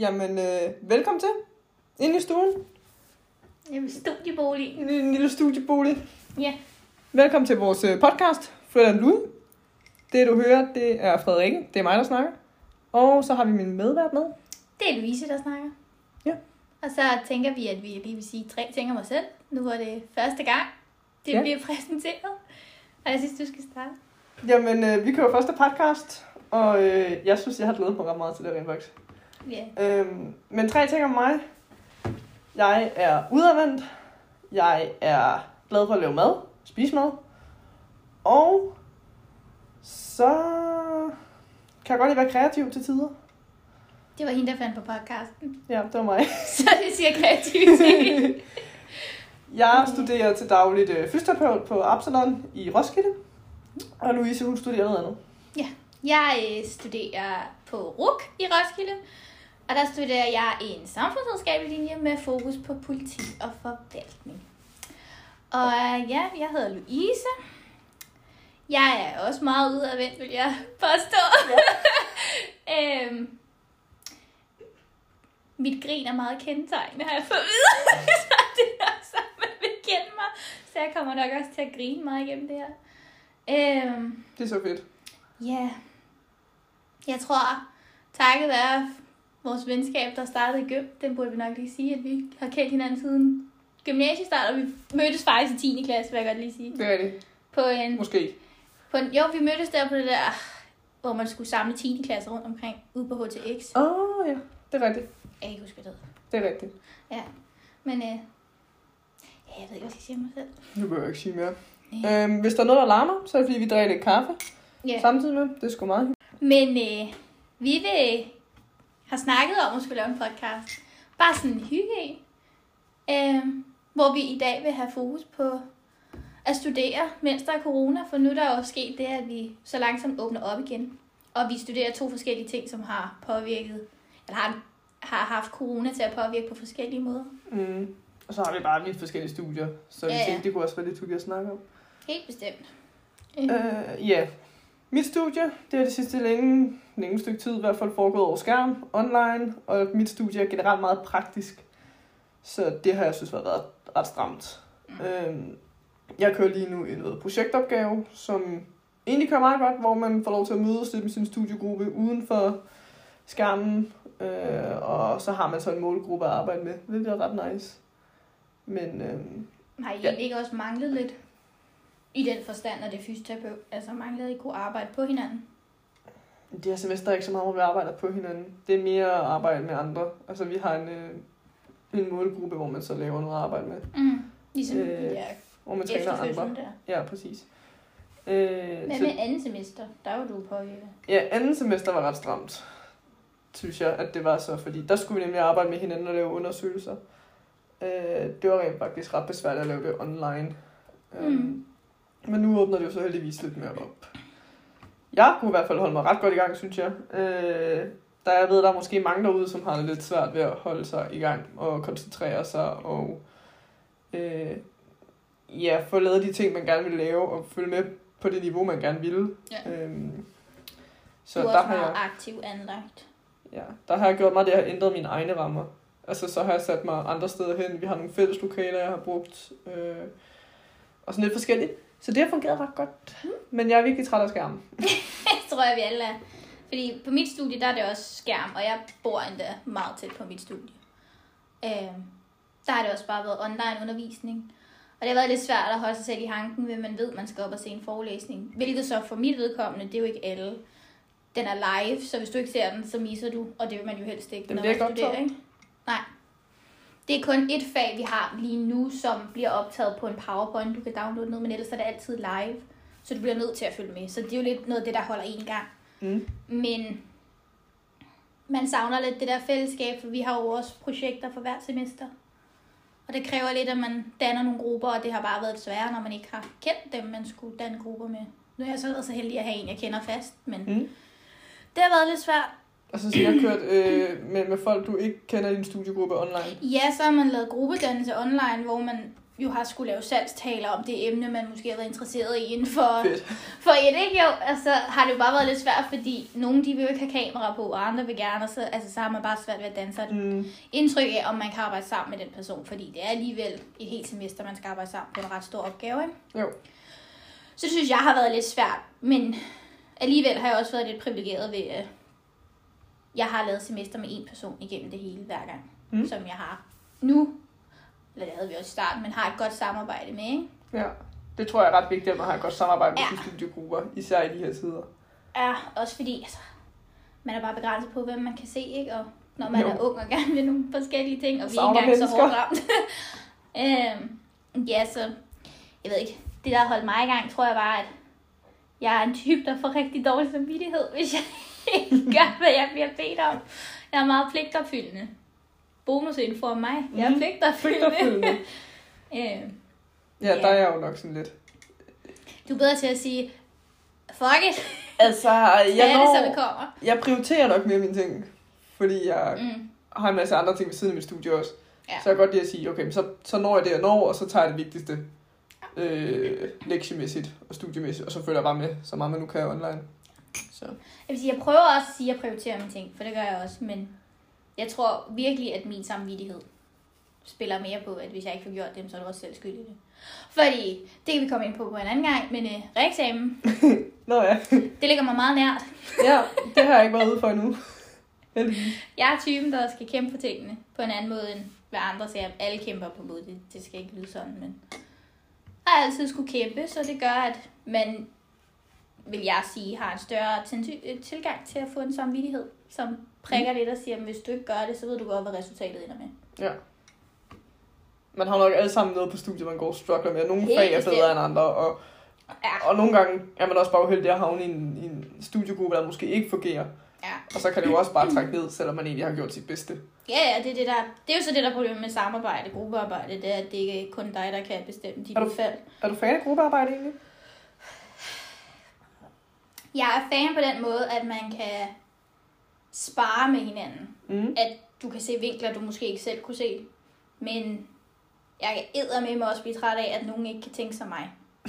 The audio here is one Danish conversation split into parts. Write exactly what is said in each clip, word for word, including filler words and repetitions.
Jamen, øh, velkommen til. Inde i stuen. Jamen, studiebolig. I en lille studiebolig. Ja. Velkommen til vores podcast, Fred and Louis. Det, du hører, det er Frederikke. Det er mig, der snakker. Og så har vi min medvært med. Det er Louise, der snakker. Ja. Og så tænker vi, at vi lige vil sige tre ting om os selv. Nu er det første gang, det ja. bliver præsenteret. Og jeg synes, du skal starte. Jamen, øh, vi kører første podcast. Og øh, jeg synes, jeg har glædet mig ret meget til det rent faktisk. Ja. Øhm, men tre ting om mig. Jeg er udadvendt. Jeg er glad for at lave mad. Spise mad. Og så kan jeg godt lide at være kreativ til tider. Det var hende, der fandt på podcasten. Ja, det var mig. Så det siger kreativitet. Jeg studerer til dagligt øh, fysioterapeut på Absalon i Roskilde. Og Louise, hun studerer noget andet. Ja, jeg øh, studerer på R U C i Roskilde. Og der studerer jeg en samfundsvidenskabelig linje med fokus på politi og forvaltning. Og øh, ja, jeg hedder Louise. Jeg er også meget udadvendt, vil jeg påstå. Ja. øhm, mit grin er meget kendetegnende, har jeg fået videre. Så det er også, man vil kende mig. Så jeg kommer nok også til at grine meget igennem det her. Øhm, det er så fedt. Ja. Yeah. Jeg tror, takket være vores venskab, der startede i gym, den burde vi nok lige sige, at vi har kendt hinanden siden gymnasiestart, og vi mødtes faktisk i tiende klasse, vil jeg godt lige sige. Det er det. På en, Måske. På en, jo, vi mødtes der på det der, hvor man skulle samle tiende klasse rundt omkring, ude på H T X. Åh, oh, ja. Det er rigtigt. Jeg kan ikke huske, hvad det Det er rigtigt. Ja, men øh, ja, jeg ved ikke, hvad jeg skal sige om mig selv. Nu behøver jeg ikke sige mere. Ja. Øhm, hvis der er noget, der larmer, så er det, fordi vi drikker lidt kaffe. Ja. Samtidig med. Det er sgu meget. Men øh, vi vil have snakket om at skulle lave en podcast. Bare sådan en hygge en. Øh, hvor vi i dag vil have fokus på at studere, mens der er corona. For nu er der jo sket det, at vi så langsomt åbner op igen. Og vi studerer to forskellige ting, som har påvirket, eller har, har haft corona til at påvirke på forskellige måder. Mm. Og så har vi bare lidt forskellige studier. Så vi Ja, ja. tænkte, det kunne også være lidt hyggeligt at snakke om. Helt bestemt. Øh, uh, ja. Mit studie, det er det sidste længe, længe stykke tid, i hvert fald foregået over skærm, online. Og mit studie er generelt meget praktisk. Så det har jeg synes været ret, ret stramt. Mm. Øhm, jeg kører lige nu i noget projektopgave, som egentlig kører meget godt, hvor man får lov til at mødes lidt med sin studiegruppe uden for skærmen. Øh, og så har man så en målgruppe at arbejde med, hvilket er ret nice. Men øhm, Har I ja. ikke også manglet lidt i den forstand, når det er fysioterapeut? Altså manglet, at I kunne arbejde på hinanden? det her semester er ikke så meget, hvor vi arbejder på hinanden. Det er mere at arbejde med andre. Altså vi har en, øh, en målgruppe, hvor man så laver noget arbejde med. Mm. Ligesom Øh, øh, ja, Hvor man træner andre. der. Ja, præcis. Øh, Men så, med anden semester, der var du påvirket. ja, anden semester var ret stramt, synes jeg, at det var så, fordi der skulle vi nemlig arbejde med hinanden og lave undersøgelser. Øh, det var rent faktisk ret besværligt at lave det online. Mm. Um, men nu åbner det jo så heldigvis lidt mere op. Jeg kunne i hvert fald holde mig ret godt i gang, synes jeg. Øh, der jeg ved, der er måske mange derude, som har det lidt svært ved at holde sig i gang og koncentrere sig og øh, ja, få lavet de ting, man gerne vil lave og følge med på det niveau, man gerne ville. Ja. Øhm, Så så du er der også har meget jeg, aktiv anlagt. ja, der har jeg gjort meget, det har ændret mine egne rammer. Altså, så har jeg sat mig andre steder hen. Vi har nogle fælles lokaler, jeg har brugt. Øh, og sådan lidt forskelligt. Så det har fungeret ret godt. Mm. Men jeg er virkelig træt af skærmen. Det tror jeg, vi alle er. Fordi på mit studie, der er det også skærm, og jeg bor endda meget tæt på mit studie. Øh, der har det også bare været online undervisning. Og det har været lidt svært at holde sig selv i hanken, ved man ved, at man skal op og se en forelæsning. Hvilket så for mit vedkommende, det er jo ikke alle. Den er live, så hvis du ikke ser den, så misser du. Og det vil man jo helst ikke, Den når bliver man ikke studerer, optaget? ikke? Nej. Det er kun et fag, vi har lige nu, som bliver optaget på en PowerPoint. Du kan downloade noget, men ellers er det altid live. Så du bliver nødt til at følge med. Så det er jo lidt noget af det, der holder en gang. Mm. Men man savner lidt det der fællesskab, for vi har jo også projekter for hvert semester. Og det kræver lidt, at man danner nogle grupper, og det har bare været sværere, når man ikke har kendt dem, man skulle danne grupper med. Nu er jeg så været så heldig at have en, jeg kender fast, men Mm. det har været lidt svært. Og så skal jeg kørt øh, med, med folk, du ikke kender i din studiegruppe online. Ja, så har man lavet gruppedannelse online, hvor man jo har skulle lave salgstaler om det emne, man måske har været interesseret i inden for, Fedt. for et, ikke? Jo, altså har det jo bare været lidt svært, fordi nogle de vil jo ikke have kamera på, og andre vil gerne, og så, altså, så har man bare svært ved at danse et Mm. indtryk af, om man kan arbejde sammen med den person, fordi det er alligevel et helt semester, man skal arbejde sammen på en ret stor opgave, ikke? Jo. Så det synes jeg har været lidt svært, men alligevel har jeg også været lidt privilegeret ved, at jeg har lavet semester med en person igennem det hele hver gang, Mm. som jeg har nu. Eller det havde vi også i starten, men har et godt samarbejde med, ikke? Ja, det tror jeg er ret vigtigt, at man har et godt samarbejde med Ja. sine studiegrupper, især i de her tider. Ja, også fordi, altså, man er bare begrænset på, hvem man kan se, ikke? Og når man Jo. er ung og gerne vil nogle forskellige ting, og vi er Savner ikke engang så hårdt mennesker. ramt. øhm, ja, så, jeg ved ikke, det der har holdt mig i gang, tror jeg bare, at jeg er en type, der får rigtig dårlig samvittighed, hvis jeg ikke gør, hvad jeg bliver bedt om. Jeg er meget pligtopfyldende. Bonusinfo om mig. Jeg er Mhm. pligtopfyldende. Pligtopfyldende. øhm, Ja, der er jeg jo nok sådan lidt. du er bedre til at sige, fuck it, Altså, hvad jeg, er det, så det når, kommer? jeg prioriterer nok mere mine ting, fordi jeg Mm. har en masse andre ting ved siden af mit studie også. Ja. Så jeg kan godt lide at sige, okay, men så, så når jeg det, jeg når, og så tager jeg det vigtigste øh, lektiemæssigt og studiemæssigt, og så følger jeg bare med, så meget man nu kan online. Så. Jeg vil sige, jeg prøver også at sige, at jeg prioriterer mine ting, for det gør jeg også, men jeg tror virkelig, at min samvittighed spiller mere på, at hvis jeg ikke får gjort dem, så er du også selv skyld i det. Fordi, det kan vi komme ind på på en anden gang, men øh, reeksamen, Nå ja. det ligger mig meget nært. Ja, det har jeg ikke været ude for endnu. Heldigvis. Jeg er typen, der skal kæmpe for tingene på en anden måde, end hvad andre siger. Alle kæmper på en måde, det, det skal ikke lyde sådan, men jeg har altid skulle kæmpe, så det gør, at man, vil jeg sige, har en større ten- tilgang til at få en samvittighed, som prikker lidt og siger, at hvis du ikke gør det, så ved du godt, hvad resultatet ender med. Ja. Man har nok alle sammen noget på studiet, man går og struggler med. Nogle Helt fag er bestemt. bedre end andre, og, Ja, og nogle gange er man også bare uheldig at havne i en, i en studiegruppe, der måske ikke fungerer. ja. Og så kan det jo også bare trække ned, selvom man egentlig har gjort sit bedste. Ja, ja, det er, det, der, det er jo så det, der er problemet med samarbejde, gruppearbejde, det er, at det ikke er kun dig, der kan bestemme dit Er du- udfald. Er du fan af gruppearbejde egentlig? Jeg er fan på den måde, at man kan spare med hinanden. Mm. At du kan se vinkler, du måske ikke selv kunne se. Men jeg kan eddermame også blive træt af, at nogen ikke kan tænke som mig.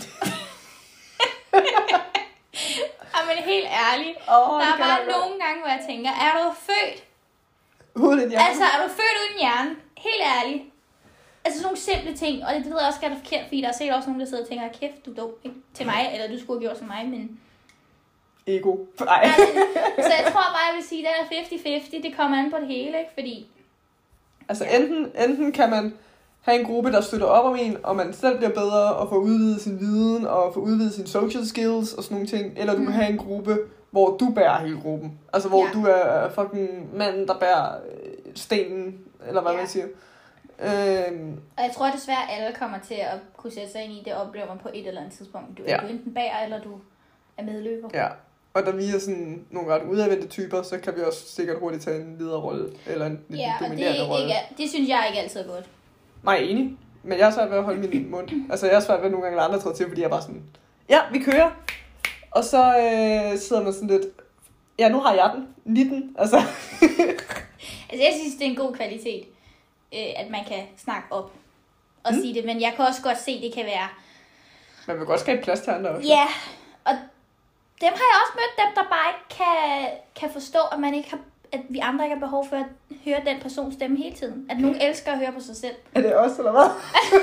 Jamen helt ærligt. Oh, Der er bare nogle gange, hvor jeg tænker, er du født? Uden en hjerne. Altså, er du født uden hjerne? Helt ærligt. Altså sådan nogle simple ting, og det ved jeg også godt er forkert, fordi der er sikkert også nogen, der sidder og tænker, kæft, du er dum, ikke? Til mig, eller du skulle have gjort som mig, men... Ego. Nej. Ja, men, så jeg tror bare, jeg vil sige, at den er halvtreds halvtreds, det kommer an på det hele, ikke? Fordi... Altså enten, enten kan man have en gruppe, der støtter op om en, og man selv bliver bedre, og får udvidet sin viden, og får udvidet sine social skills, og sådan nogle ting. Eller du mm. kan have en gruppe, hvor du bærer hele gruppen. Altså hvor Ja. du er fucking manden, der bærer øh, stenen, eller hvad Ja. man siger. Øhm, Og jeg tror desværre, at alle kommer til at kunne sætte sig ind i det, oplever man på et eller andet tidspunkt. Du er Ja. ja. enten bærer, eller du er medløber. ja. Og da vi er sådan nogle ret udadvendte typer, så kan vi også sikkert hurtigt tage en lederrolle, eller en lidt Ja, og det, dominerende er rolle. ikke, det synes jeg ikke altid er godt. Nej, enig. Men jeg er svært ved at holde min mund. Altså, jeg er svært ved at nogle gange lade andre træde til, fordi jeg er bare sådan, ja, vi kører. Og så øh, sidder man sådan lidt, ja, nu har jeg den. nitten, altså. Altså, jeg synes, det er en god kvalitet, øh, at man kan snakke op og Mm. sige det. Men jeg kan også godt se, at det kan være... Man vil godt skabe plads til andre også. Ja, og dem har jeg også mødt, dem der bare ikke kan, kan forstå, at man ikke har, at vi andre ikke har behov for at høre den persons stemme hele tiden. At nogen elsker at høre på sig selv. Er det også, eller hvad?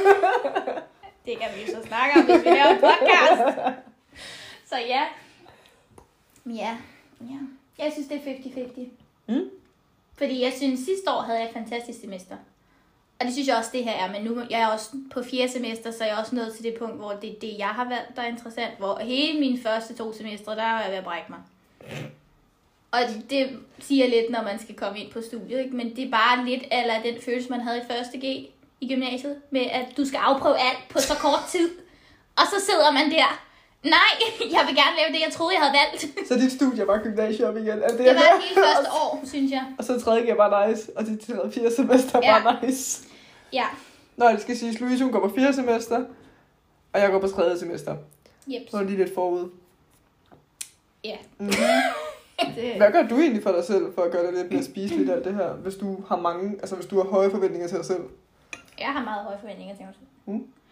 Det kan vi jo så snakke om, hvis vi laver en podcast. Så ja. Ja, ja. Jeg synes, det er halvtreds halvtreds. Mm. Fordi jeg synes, sidste år havde jeg et fantastisk semester. Og det synes jeg også, det her er. Men nu jeg er også på fjerde semester, så er jeg også nået til det punkt, hvor det er det, jeg har valgt, der er interessant. Hvor hele mine første to semestre, der er jeg ved at brække mig. Og det siger lidt, når man skal komme ind på studiet, ikke? Men det er bare lidt eller den følelse, man havde i første G i gymnasiet, med at du skal afprøve alt på så kort tid. Og så sidder man der. Nej, jeg vil gerne lave det, jeg troede, jeg havde valgt. Så dit studie var gymnasium igen. Er det, Det var hele første år, synes jeg. Og så tredje G er bare nice, og det tredje fjerde semester er Ja. bare nice. Ja, Nå, det skal siges, Louise, hun går på fjerde semester, og jeg går på tredje semester. jeps. Så er lige lidt forud. Ja. Mm. Det, Hvad gør du egentlig for dig selv, for at gøre det lidt mere spiseligt alt det her, hvis du har mange, altså hvis du har høje forventninger til dig selv? jeg har meget høje forventninger til mig selv. Mm.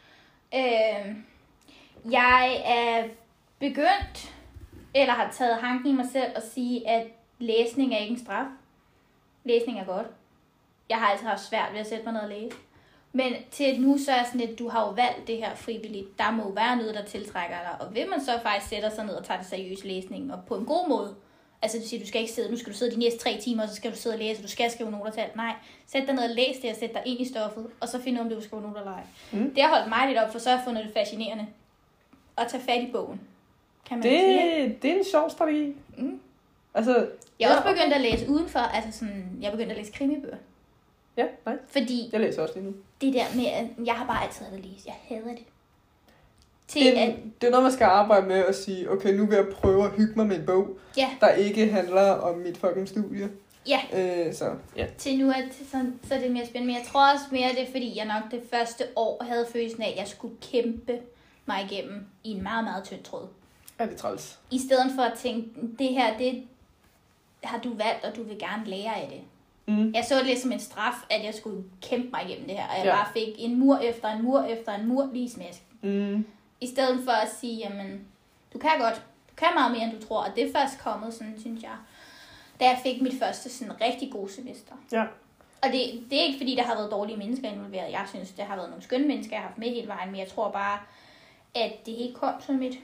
Øh, jeg er begyndt, eller har taget hanken i mig selv og sige, at læsning er ikke en straf. Læsning er godt. Jeg har altid haft svært ved at sætte mig ned og læse. Men til nu så er sådan lidt, du har jo valgt det her frivilligt. Der må jo være noget, der tiltrækker dig. Og vil man så faktisk sætte sig ned og tage det seriøst læsning, og på en god måde. Altså det siger, du skal ikke sidde, nu skal du sidde de næste tre timer, og så skal du sidde og læse, og du skal skrive noter til alt. Nej, sæt dig ned og læs det, og sæt dig ind i stoffet, og så find ud af, om du vil skrive noter eller ej. Mm. Det har holdt mig lidt op, for så har jeg fundet det fascinerende. At tage fat i bogen. Kan man det, sige. Det er en sjov strategi. Mm. Altså, jeg er også begyndt at læse udenfor, altså sådan, jeg er begyndt at læse krimibøger. Ja, nej. Fordi jeg læser også lige nu. Det der med, at jeg har bare altid hadet at læse. Jeg hader det. Til det, at, det er noget, man skal arbejde med at sige, okay, nu vil jeg prøve at hygge mig med en bog, ja. der ikke handler om mit fucking studie. Ja. Øh, så, ja. Til nu er det, så, så er det mere spændende. Men jeg tror også mere, det er, fordi jeg nok det første år havde følelsen af, at jeg skulle kæmpe mig igennem i en meget, meget tynd tråd. Ja, det er træls. I stedet for at tænke, det her, det har du valgt, og du vil gerne lære af det. Mm. Jeg så det lidt som en straf, at jeg skulle kæmpe mig igennem det her, og jeg ja. bare fik en mur efter en mur efter en mur lige smask. Mm. I stedet for at sige, jamen, du kan godt, du kan meget mere, end du tror, og det er først kommet, sådan, synes jeg, da jeg fik mit første sådan rigtig gode semester. Ja. Og det, det er ikke, fordi der har været dårlige mennesker involveret. Jeg synes, det har været nogle skønne mennesker, jeg har haft med hele vejen, men jeg tror bare, at det helt kom som et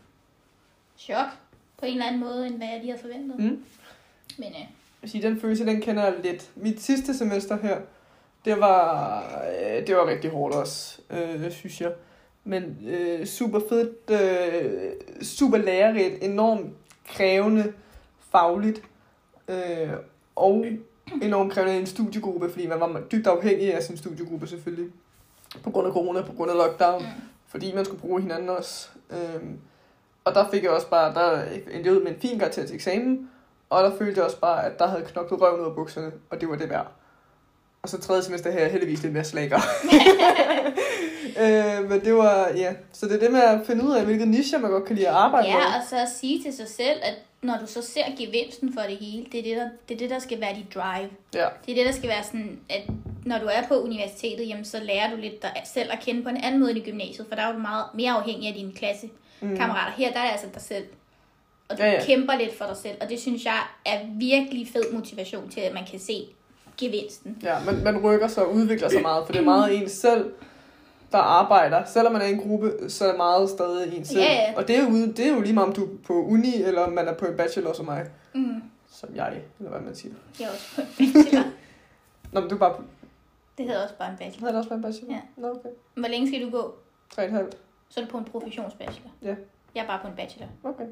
chok på en eller anden måde, end hvad jeg lige havde forventet. Mm. Men øh, jeg siger, den følelse, den kender jeg lidt. Mit sidste semester her, det var, øh, det var rigtig hårdt også, øh, synes jeg. Men øh, super fedt, øh, super lærerigt, enormt krævende fagligt, øh, og enormt krævende i en studiegruppe, fordi man var dybt afhængig af sin studiegruppe selvfølgelig. På grund af corona, på grund af lockdown, mm. fordi man skulle bruge hinanden også. Øh, og der fik jeg også bare, der endte jeg ud med en fin karakter til eksamen, og der følte jeg også bare, at der havde knoklet røven ud af bukserne, og det var det værd. Og så tredje semester her heldigvis lidt mere slager. øh, men det var, ja. Så det er det med at finde ud af, hvilke nicher man godt kan lide at arbejde ja, med. Ja, og så at sige til sig selv, at når du så ser gevinsten for det hele, det er det, der, det, er det, der skal være dit drive. Ja. Det er det, der skal være sådan, at når du er på universitetet, jamen, så lærer du lidt dig selv at kende på en anden måde end i gymnasiet, for der er du meget mere afhængig af dine klassekammerater. Mm. Her der er det altså dig selv. Og du ja, ja. kæmper lidt for dig selv, og det synes jeg er virkelig fed motivation til, at man kan se gevinsten. Ja, man, man rykker sig og udvikler sig meget, for det er meget en selv, der arbejder. Selvom man er i en gruppe, så er det meget stadig en selv. Ja, ja. Og det er, jo, det er jo lige meget, om du er på uni, eller om man er på en bachelor som mig. Mm. Som jeg, eller hvad man siger. Jeg er også på en bachelor. Nå, men du er bare på... Det hedder også bare en bachelor. Det hedder også bare en bachelor? Ja. Nå, okay. Hvor længe skal du gå? Tre og et halvt. Så er du på en professionsbachelor? Ja. Jeg er bare på en bachelor. Okay.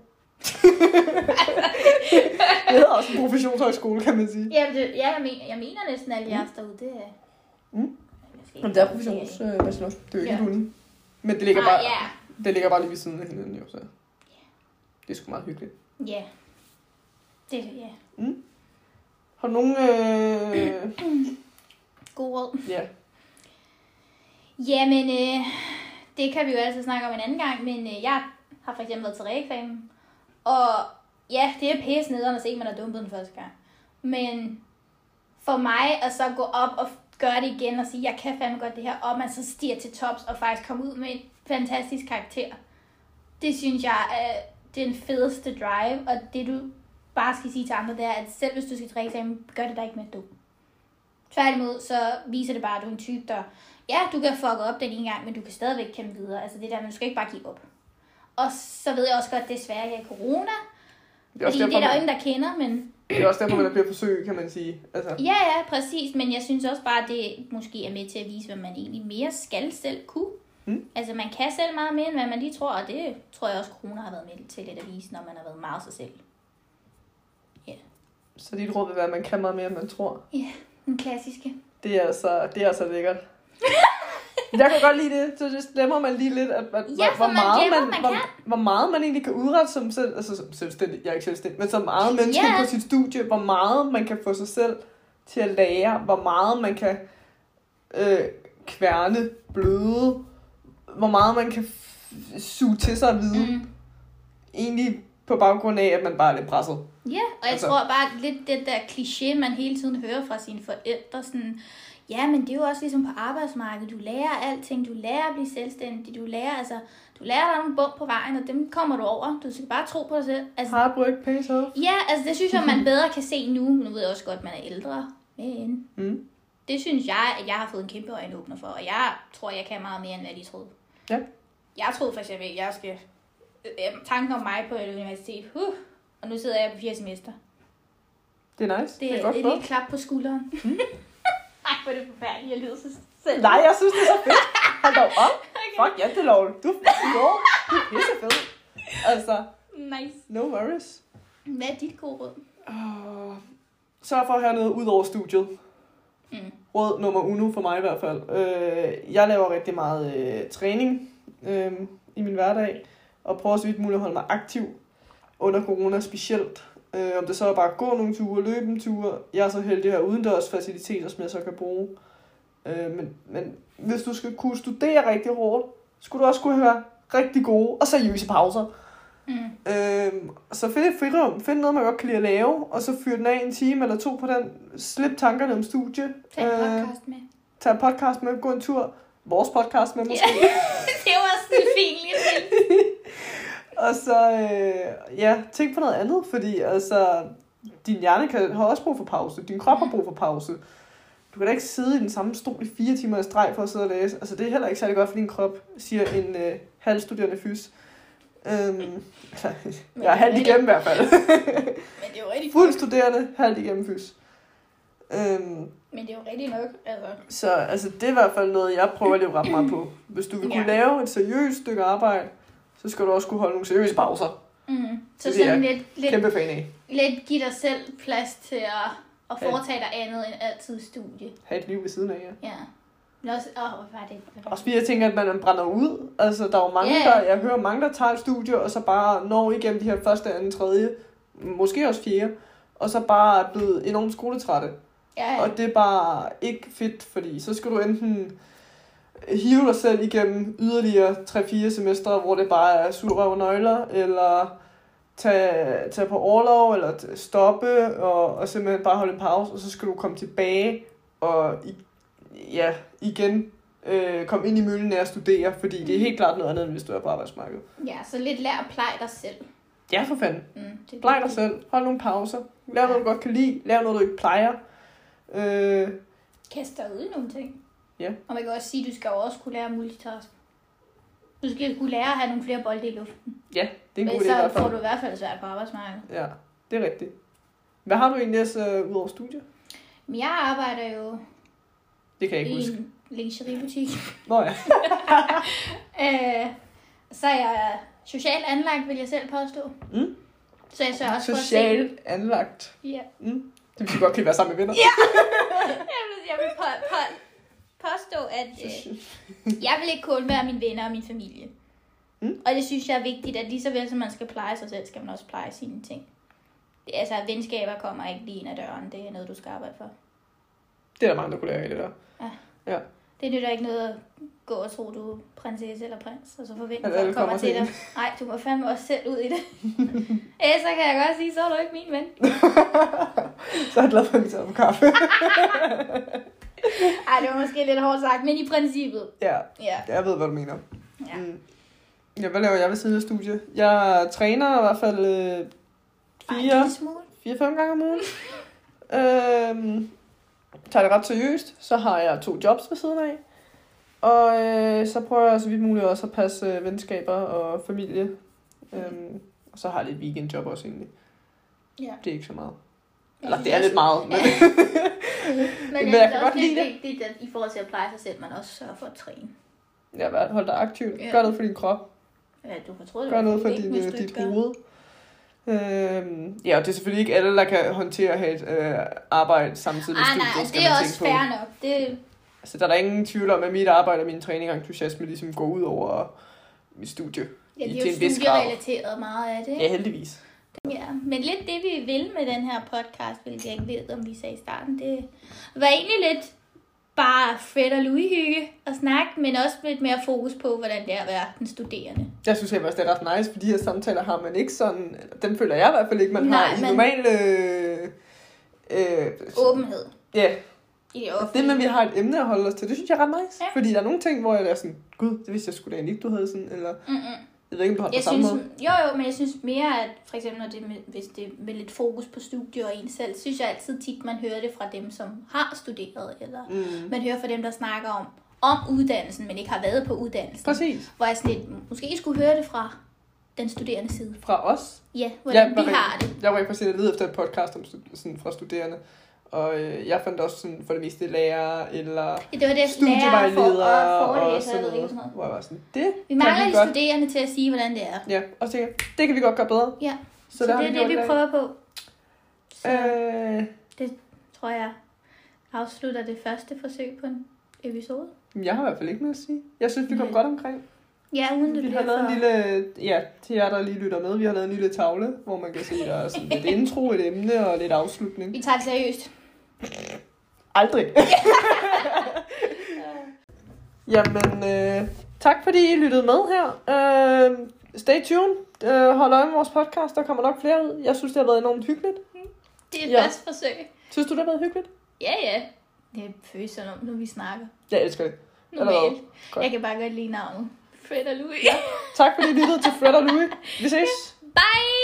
Det hedder også en professionshøjskole, kan man sige. Ja, det, ja jeg, mener, jeg mener næsten alle jeres derude. Det er... Mm. Jamen, det er professionsbachelor. Det er jo ikke ja. uni. Men det ligger, ah, bare, yeah. det ligger bare lige ved siden af hinanden, jo, så yeah. Det er sgu meget hyggeligt. Ja. Yeah. Det er ja. Mm. Har du nogen... Øh... God råd. Ja. Yeah. Jamen, øh, det kan vi jo altid snakke om en anden gang, men øh, jeg har for eksempel været til reeksamen. Og ja, det er pisse nederen at se, at man har dumpet den første gang. Men for mig at så gå op og gøre det igen og sige, jeg kan fandme godt det her, og man så stiger til tops og faktisk kommer ud med en fantastisk karakter. Det synes jeg er den fedeste drive, og det du bare skal sige til andre, det er, at selv hvis du skal til reeksamen, gør det da ikke med at du. Tværtimod, så viser det bare, at du er en type, der, ja, du kan fuck op den ene gang, men du kan stadigvæk kæmpe videre. Altså det der, men du skal ikke bare give op. Og så ved jeg også godt, at det er svært her i corona. Det er, fordi derfor, det er der jo ingen, der kender, men... Det er også derfor, man bliver forsøg, kan man sige. Altså. Ja, ja, præcis. Men jeg synes også bare, at det måske er med til at vise, hvad man egentlig mere skal selv kunne. Mm. Altså man kan selv meget mere, end hvad man lige tror. Og det tror jeg også, corona har været med til lidt at vise, når man har været meget sig selv. Ja. Så dit råd vil være, at man kan meget mere, end man tror? Ja, den klassiske. Det er altså, det er altså lækkert. Jeg kan godt lide det, så det glemmer man lige lidt, at, at ja, hvor, man meget glemmer, man, man hvor, hvor meget man egentlig kan udrette som selv, altså som selvstændig, jeg er ikke selvstændig, men så meget menneske yeah. på sit studie, hvor meget man kan få sig selv til at lære, hvor meget man kan øh, kværne, bløde, hvor meget man kan f- suge til sig at vide, mm. egentlig på baggrund af, at man bare er lidt presset. Ja, og jeg altså. tror bare lidt det der kliché, man hele tiden hører fra sine forældre, sådan... ja, men det er jo også ligesom på arbejdsmarkedet. Du lærer alting. Du lærer at blive selvstændig. Du lærer, altså, du lærer, der er nogle bump på vejen, og dem kommer du over. Du skal bare tro på dig selv. Altså, Hard work pays off. Ja, altså det synes jeg, man bedre kan se nu. Nu ved jeg også godt, at man er ældre. Men Mm. det synes jeg, at jeg har fået en kæmpe øjenåbner for. Og jeg tror, jeg kan meget mere, end hvad de troede. Ja. Jeg troede for eksempel, at jeg skal... Tanken om mig på et universitet. Uh, og nu sidder jeg på fire semester. Det er nice. Det er, det er godt et gået. lille klap på skulderen. Mm. Ej, hvor er det forfærdeligt. Jeg lyder så selv. Nej, jeg synes, det er så fedt. Hold da op. Okay. Fuck, ja, det er lovligt. Du er fucking god. Du er pisse fed. Altså, Nice. no worries. Hvad er dit gode råd? Uh, sørg for at have noget ud over studiet. Mm. Råd nummer uno for mig i hvert fald. Uh, jeg laver rigtig meget uh, træning uh, i min hverdag. Og prøver så vidt muligt at holde mig aktiv under corona specielt. Uh, om det så er bare at gå nogle ture, løbe en ture. Jeg er så heldig at have udendørs faciliteter, som jeg så kan bruge. Uh, men, men hvis du skal kunne studere rigtig hårdt, skulle du også kunne have rigtig gode og seriøse pauser. Mm. Øhm, så find et frirum, find noget, man godt kan lide at lave, og så fyr den af en time eller to på den. Slip tankerne om studie. Tag en podcast med. Tag en podcast med, gå en tur. Vores podcast med måske. Ja. Det var sådan fint lige. Og så, øh, ja, tænk på noget andet, fordi altså, din hjerne kan, har også brug for pause. Din krop har brug for pause. Du kan da ikke sidde i den samme stol i fire timer i streg for at sidde og læse. Altså, det er heller ikke særlig godt for din krop, siger en øh, halvstuderende fys. Øhm, jeg er halvt igennem i hvert fald. Men det er jo rigtig Fuld studerende, halvt igennem fys. Øhm, Men det er jo rigtig nok, altså. så altså, det er i hvert fald noget, jeg prøver at leve ret meget på. Hvis du vil kunne Ja. lave et seriøst stykke arbejde, så skal du også kunne holde nogle seriøse pauser. Mm. Så Det er sådan jeg lidt, lidt, Kæmpe fan af. lidt give dig selv plads til at, at Ja. foretage dig andet end altid studie. Ha' et liv ved siden af, ja. Ja. Men også, åh, hvad var det? Hvad var Også fordi jeg tænker, at man brænder ud. Altså, der er jo mange, Ja. der, jeg hører mange, der tager et studie, og så bare når igennem de her første, anden, tredje, måske også fjerde, og så bare er blevet enormt skoletrætte. Ja, ja. Og det er bare ikke fedt, fordi så skal du enten hive dig selv igennem yderligere tre fire semestre, hvor det bare er surrøv og nøgler, eller tage, tage på orlov, eller t- stoppe, og, og simpelthen bare holde en pause, og så skal du komme tilbage, og i, ja, igen øh, komme ind i møllen af at studere, fordi det er helt klart noget andet, end hvis du er på arbejdsmarkedet. Ja, så lidt lær at pleje dig selv. Ja, for fanden. Mm, det er Plej dig vigtigt. selv. Hold nogle pauser. Lav noget, du godt kan lide. Lav noget, du ikke plejer. Øh, Kast dig ud i nogle ting. Ja. Og man kan også sige, at du skal jo også kunne lære multitask. Du skal kunne lære at have nogle flere bolde i luften. ja, det er en god Men idé i hvert så får fald. du i hvert fald svært på arbejdsmarkedet. Ja, det er rigtigt. Hvad har du egentlig også uh, ud over studie? Men jeg arbejder jo Det kan jeg ikke i huske. en lingeriebutik. Nå ja. øh, så er jeg socialt anlagt, vil jeg selv påstå. Mm. Så jeg sørger også for at se... Socialt anlagt. Ja. Mm. Det vil godt kan være sammen med venner. Jeg vil, jeg vil på, på, påstå, at øh, jeg vil ikke kun være mine venner og min familie. Mm. Og det synes jeg er vigtigt, at lige så vel som man skal pleje sig selv, skal man også pleje sine ting. Det, altså, venskaber kommer ikke lige ind ad døren. Det er noget, du skal arbejde for. Det er der mange, der kunne lære i det der. Ja. Ja. Det nytter ikke noget at gå og tro, du er prinsesse eller prins, og så forvente, At at alle folk kommer kommer til til dig. Nej, du må fandme også selv ud i det. Ellers så kan jeg godt sige, så er du ikke min ven. Så er jeg glad for, at vi tager på kaffe. Ej, det var måske lidt hårdt sagt, men i princippet. Ja, Ja. jeg ved, hvad du mener. Ja. Mm. Ja, hvad laver jeg ved siden af studie? Jeg træner i hvert fald øh, fire... Ej, en lille smule. fire-fem gange om ugen. øhm, tager det ret seriøst. Så har jeg to jobs ved siden af. Og øh, så prøver jeg så vidt muligt også at passe øh, venskaber og familie. Øhm, og så har jeg lidt weekendjob også egentlig. Ja. Det er ikke så meget. Jeg Eller synes det er også- lidt meget. Men, Men, Men men jeg jeg kan er godt også lidt lide det. vigtigt, at i forhold til at pleje sig selv, man også sørger for at træne. ja, hold dig aktiv. Ja. Gør noget for din krop. Ja, du har troet, det Gør var noget for vigtigt, din, hvis øh, du dit ikke gør. hoved. Øhm, ja, og det er selvfølgelig ikke alle, der kan håndtere at have et øh, arbejde samtidig med Ah, studiet, nej, skal det er man også tænke på. fair nok. Det, Altså, der er der ingen tvivl om, at mit arbejde og min træning og entusiasme ligesom går ud over mit studie. ja, I- det er til jo en vis grad. studierelateret meget af det. Ja, heldigvis. Ja, men lidt det, vi vil med den her podcast, hvilket jeg ikke ved, om vi sagde i starten, det var egentlig lidt bare Fred og Louis hygge og snakke, men også lidt mere fokus på, hvordan det er at være den studerende. Jeg synes jeg også, det er ret nice, for de her samtaler har man ikke sådan... Dem føler jeg i hvert fald ikke, man Nej, har i men- normale... Øh, øh, Åbenhed. ja, I det Det offentlige. med, at vi har et emne at holde os til, det synes jeg er ret nice. Ja. Fordi der er nogle ting, hvor jeg er sådan, gud, det vidste jeg sgu da egentlig ikke, du havde sådan, eller Mm-mm. jeg ved ikke, om du har det Jeg på samme synes, måde. jo jo, men jeg synes mere, at for eksempel, når det er med, hvis det er med lidt fokus på studier og en selv, synes jeg altid tit, man hører det fra dem, som har studeret, eller Mm. man hører fra dem, der snakker om, om uddannelsen, men ikke har været på uddannelsen. Præcis. Hvor jeg sådan lidt, måske skulle høre det fra den studerende side. Fra os. Ja, hvordan Jeg vi var har det. Jeg var ikke præcis lede efter et podcast om, stud- sådan, fra studerende. Og øh, jeg fandt også sådan, for det meste lærere, eller Ja, det var det, lærer for studievejledere, og og forelæser, sådan jeg ved ikke noget. sådan noget. Hvor jeg var sådan, det Vi kan mangler vi de godt. studerende til at sige, hvordan det er. Ja, og så tænker jeg, det kan vi godt gøre bedre. Ja, Så, så, det, så har det er vi det, gjort i vi dag. prøver på. Så Øh, det tror jeg afslutter det første forsøg på en episode. jeg har i hvert fald ikke mere at sige. Jeg synes, vi kom Nej. godt omkring. Ja, uden det Vi har bliver lavet for... en lille, ja, til jer, der lige lytter med, vi har lavet en lille tavle, hvor man kan se, der er sådan lidt intro, et emne og lidt afslutning. Vi tager det seriøst. Aldrig. Jamen, øh, tak fordi I lyttede med her. Øh, stay tuned. Øh, hold øje med vores podcast, der kommer nok flere ud. Jeg synes, det har været enormt hyggeligt. Det er Ja. første forsøg. Synes du, det har været hyggeligt? Ja, ja. Det føles sådan om, når vi snakker. Jeg elsker det. Eller hvad? Normalt. Godt. Jeg kan bare godt lide navnet. Fred og Louis. Tak fordi I lyttede til Fred og Louis. Vi ses. Bye!